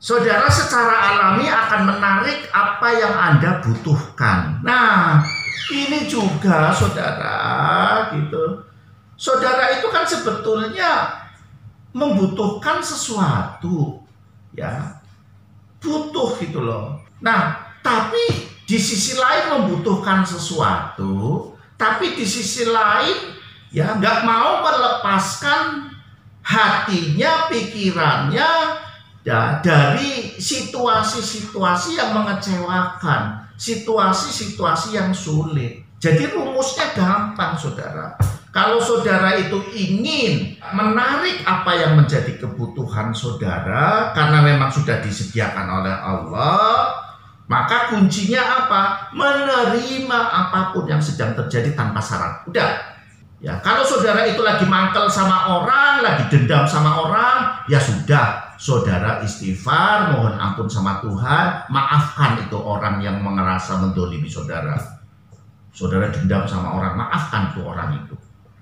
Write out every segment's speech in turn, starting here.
saudara secara alami akan menarik apa yang Anda butuhkan. Nah, ini juga saudara gitu. Saudara itu kan sebetulnya membutuhkan sesuatu, ya. Butuh gitu loh. Nah, tapi di sisi lain membutuhkan sesuatu, tapi di sisi lain ya nggak mau melepaskan hatinya, pikirannya ya, dari situasi-situasi yang mengecewakan, situasi-situasi yang sulit. Jadi rumusnya gampang saudara. Kalau saudara itu ingin menarik apa yang menjadi kebutuhan saudara, karena memang sudah disediakan oleh Allah, maka kuncinya apa? Menerima apapun yang sedang terjadi tanpa syarat. Udah. Ya, kalau saudara itu lagi mangkel sama orang, lagi dendam sama orang, ya sudah, saudara istighfar, mohon ampun sama Tuhan, maafkan itu orang yang merasa mendolimi saudara. Saudara dendam sama orang, maafkan tuh orang itu.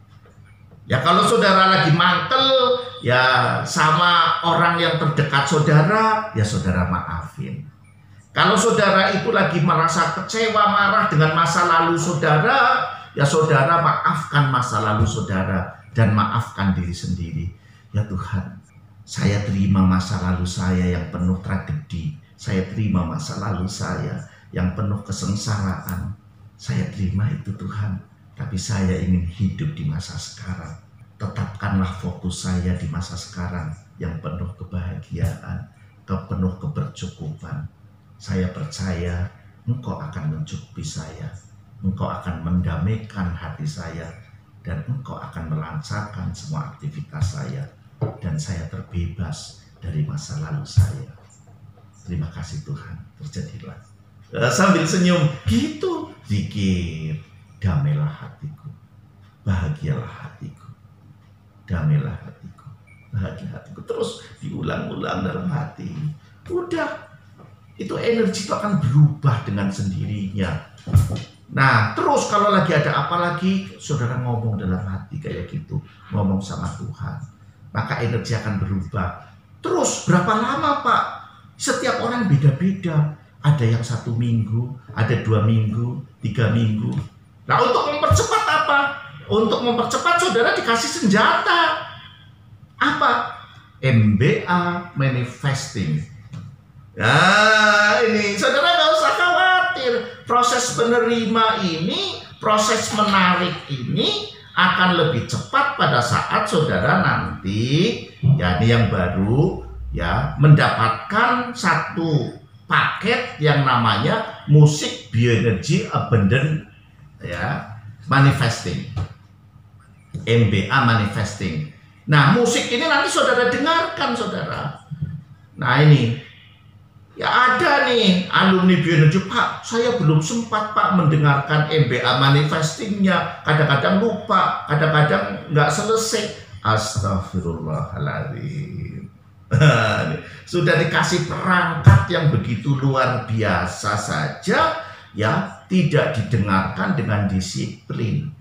Ya kalau saudara lagi mangkel ya sama orang yang terdekat saudara, ya saudara maafin. Kalau saudara itu lagi merasa kecewa, marah dengan masa lalu saudara, ya saudara maafkan masa lalu saudara dan maafkan diri sendiri. Ya Tuhan, saya terima masa lalu saya yang penuh tragedi. Saya terima masa lalu saya yang penuh kesengsaraan. Saya terima itu Tuhan. Tapi saya ingin hidup di masa sekarang. Tetapkanlah fokus saya di masa sekarang yang penuh kebahagiaan, penuh kebercukupan. Saya percaya Engkau akan mencukupi saya. Engkau akan mendamaikan hati saya. Dan Engkau akan melancarkan semua aktivitas saya. Dan saya terbebas dari masa lalu saya. Terima kasih Tuhan. Terjadilah. Sambil senyum. Gitu. Zikir. Damailah hatiku, bahagialah hatiku, damailah hatiku, bahagia hatiku. Terus diulang-ulang dalam hati. Udah, itu energi itu akan berubah dengan sendirinya. Nah, terus kalau lagi ada apa lagi, saudara ngomong dalam hati kayak gitu, ngomong sama Tuhan, maka energi akan berubah. Terus berapa lama Pak? Setiap orang beda-beda. Ada yang 1 minggu, ada 2 minggu, 3 minggu. Nah untuk mempercepat apa? Untuk mempercepat saudara dikasih senjata. Apa? MBA manifesting. Nah ini saudara gak usah khawatir. Proses penerima ini, proses menarik ini akan lebih cepat pada saat saudara nanti, ya ini yang baru, ya mendapatkan satu paket yang namanya musik bioenergy abundant, ya manifesting, MBA manifesting. Nah musik ini nanti saudara dengarkan saudara. Nah ini ya ada nih alumni bioenergy, Pak saya belum sempat Pak mendengarkan MBA manifestingnya, kadang-kadang lupa, kadang-kadang nggak selesai. Astagfirullahaladzim. Sudah dikasih perangkat yang begitu luar biasa saja, ya tidak didengarkan dengan disiplin.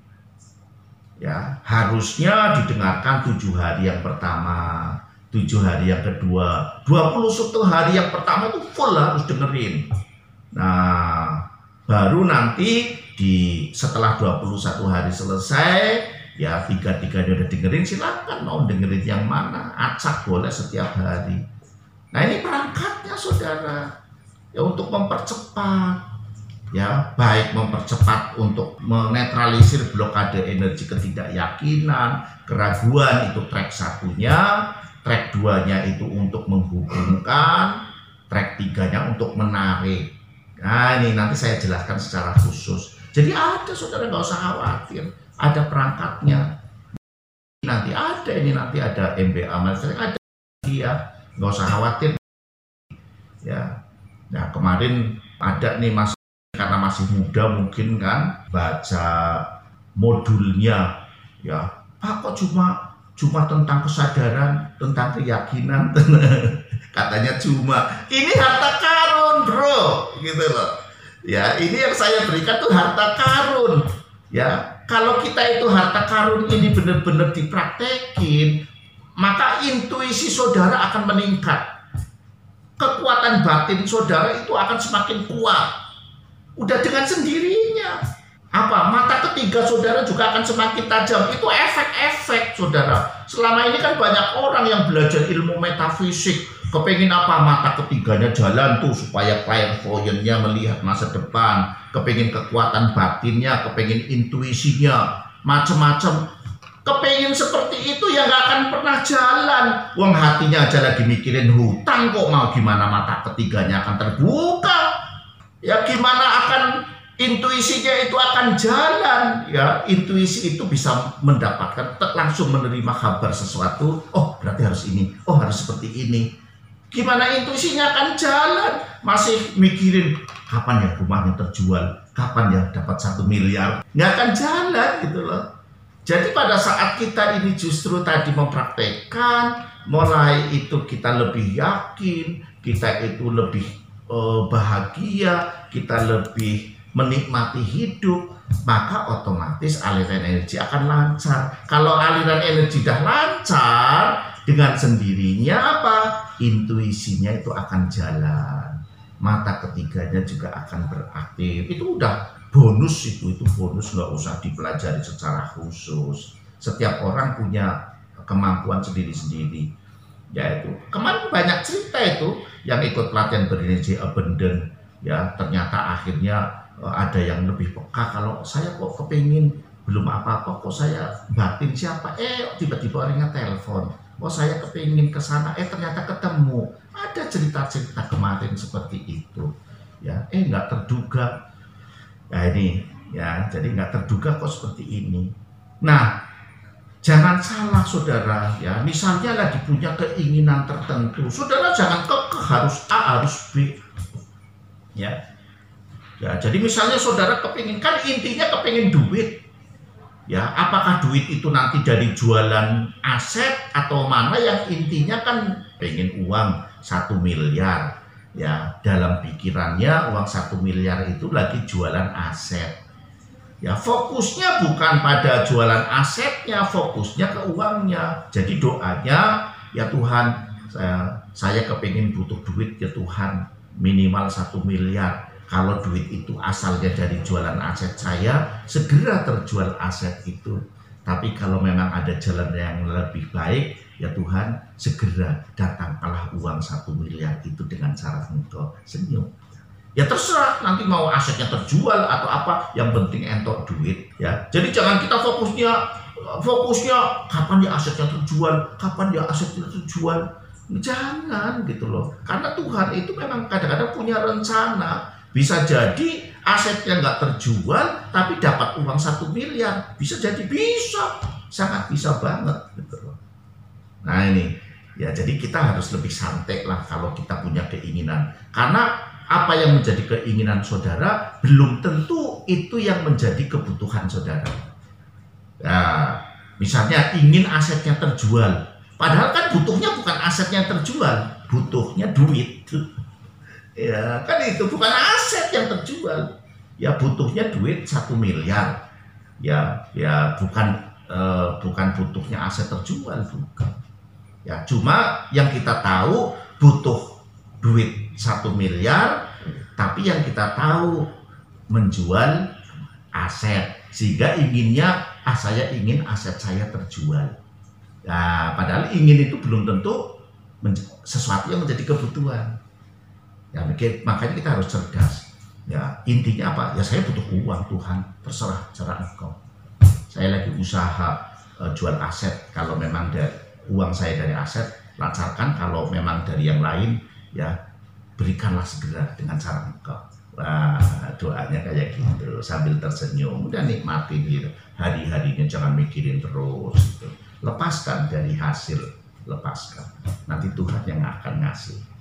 Ya harusnya didengarkan 7 hari yang pertama, 7 hari yang kedua, 21 hari yang pertama itu full harus dengerin. Nah baru nanti setelah 21 hari selesai, ya 3-3 udah dengerin, silakan mau dengerin yang mana, acak boleh setiap hari. Nah ini perangkatnya saudara, ya untuk mempercepat, ya baik mempercepat untuk menetralisir blokade energi ketidakyakinan, keraguan, itu track 1-nya, track 2-nya itu untuk menghubungkan, track 3-nya untuk menarik. Nah ini nanti saya jelaskan secara khusus. Jadi ada saudara, nggak usah khawatir, ada perangkatnya. Nanti ada MBA manifesting, ada dia, nggak usah khawatir. Ya, nah kemarin ada nih Mas, karena masih muda mungkin kan baca modulnya, ya Pak kok cuma tentang kesadaran, tentang keyakinan, katanya cuma. Ini harta karun bro, gitu loh. Ya ini yang saya berikan tuh harta karun. Ya kalau kita itu harta karun ini benar-benar dipraktekin, maka intuisi saudara akan meningkat. kekuatan batin saudara itu akan semakin kuat. Udah dengan sendirinya. Apa? Mata ketiga saudara juga akan semakin tajam. Itu efek-efek saudara. Selama ini kan banyak orang yang belajar ilmu metafisik. Kepengin apa? Mata ketiganya jalan tuh supaya clairvoyant-nya melihat masa depan. Kepengin kekuatan batinnya, kepengin intuisinya, macam-macam. Kepengin seperti itu ya nggak akan pernah jalan. Wong hatinya aja lagi mikirin hutang, kok mau gimana mata ketiganya akan terbuka? Ya gimana akan intuisinya itu akan jalan? Ya intuisi itu bisa mendapatkan langsung menerima kabar sesuatu. Oh berarti harus ini. Oh harus seperti ini. Gimana intuisinya akan jalan? Masih mikirin kapan ya rumahnya terjual, kapan ya dapat 1 miliar? Nggak akan jalan gitu loh. Jadi pada saat kita ini justru tadi mempraktekkan, mulai itu kita lebih yakin, kita itu lebih bahagia, kita lebih menikmati hidup, maka otomatis aliran energi akan lancar. Kalau aliran energi dah lancar, dengan sendirinya apa? Intuisinya itu akan jalan. Mata ketiganya juga akan beraktif. Itu udah bonus, itu bonus, nggak usah dipelajari secara khusus. Setiap orang punya kemampuan sendiri-sendiri. Yaitu kemarin banyak cerita itu yang ikut pelatihan berenergi abundant, ya ternyata akhirnya ada yang lebih peka. Kalau saya kok kepingin belum apa-apa, kok saya batin siapa? Tiba-tiba orangnya telepon. Oh saya kepingin ke sana, ternyata ketemu. Ada cerita-cerita kemarin seperti itu. Ya, nggak terduga. Nah ini ya, jadi nggak terduga kok seperti ini. Nah, jangan salah saudara ya. Misalnya lagi punya keinginan tertentu, saudara jangan kekeh harus A harus B. Ya, jadi misalnya saudara kepingin, kan intinya kepingin duit. Ya, apakah duit itu nanti dari jualan aset atau mana, yang intinya kan pengen uang 1 miliar. Ya, dalam pikirannya uang 1 miliar itu lagi jualan aset. Ya, fokusnya bukan pada jualan asetnya, fokusnya ke uangnya. Jadi doanya, ya Tuhan, saya kepingin butuh duit ya Tuhan, minimal 1 miliar. Kalau duit itu asalnya dari jualan aset saya, segera terjual aset itu. Tapi kalau memang ada jalan yang lebih baik, ya Tuhan, segera datangkanlah uang 1 miliar itu dengan cara Engkau. Senyum. Ya terserah nanti mau asetnya terjual atau apa, yang penting entok duit ya. Jadi jangan kita fokusnya kapan ya asetnya terjual, kapan ya asetnya terjual. Jangan gitu loh. Karena Tuhan itu memang kadang-kadang punya rencana. Bisa jadi asetnya nggak terjual tapi dapat uang 1 miliar. Bisa jadi, bisa. Sangat bisa banget gitu loh. Nah ini ya, jadi kita harus lebih santai lah kalau kita punya keinginan. Karena apa yang menjadi keinginan saudara belum tentu itu yang menjadi kebutuhan saudara. Ya, misalnya ingin asetnya terjual, padahal kan butuhnya bukan asetnya terjual, butuhnya duit. Ya kan itu bukan aset yang terjual, ya butuhnya duit 1 miliar. Ya bukan butuhnya aset terjual, bukan. Ya cuma yang kita tahu butuh duit 1 miliar, tapi yang kita tahu menjual aset, sehingga inginnya saya ingin aset saya terjual. Nah, padahal ingin itu belum tentu sesuatu yang menjadi kebutuhan. Ya, makanya kita harus cerdas. Ya, intinya apa? Ya saya butuh uang Tuhan, terserah cara Engkau. Saya lagi usaha jual aset. Kalau memang uang saya dari aset, lancarkan. Kalau memang dari yang lain, ya berikanlah segera dengan cara Engkau. Wah, doanya kayak gitu, sambil tersenyum. Udah nikmatin gitu. Hari-harinya jangan mikirin terus gitu. Lepaskan dari hasil, lepaskan. Nanti Tuhan yang akan ngasih.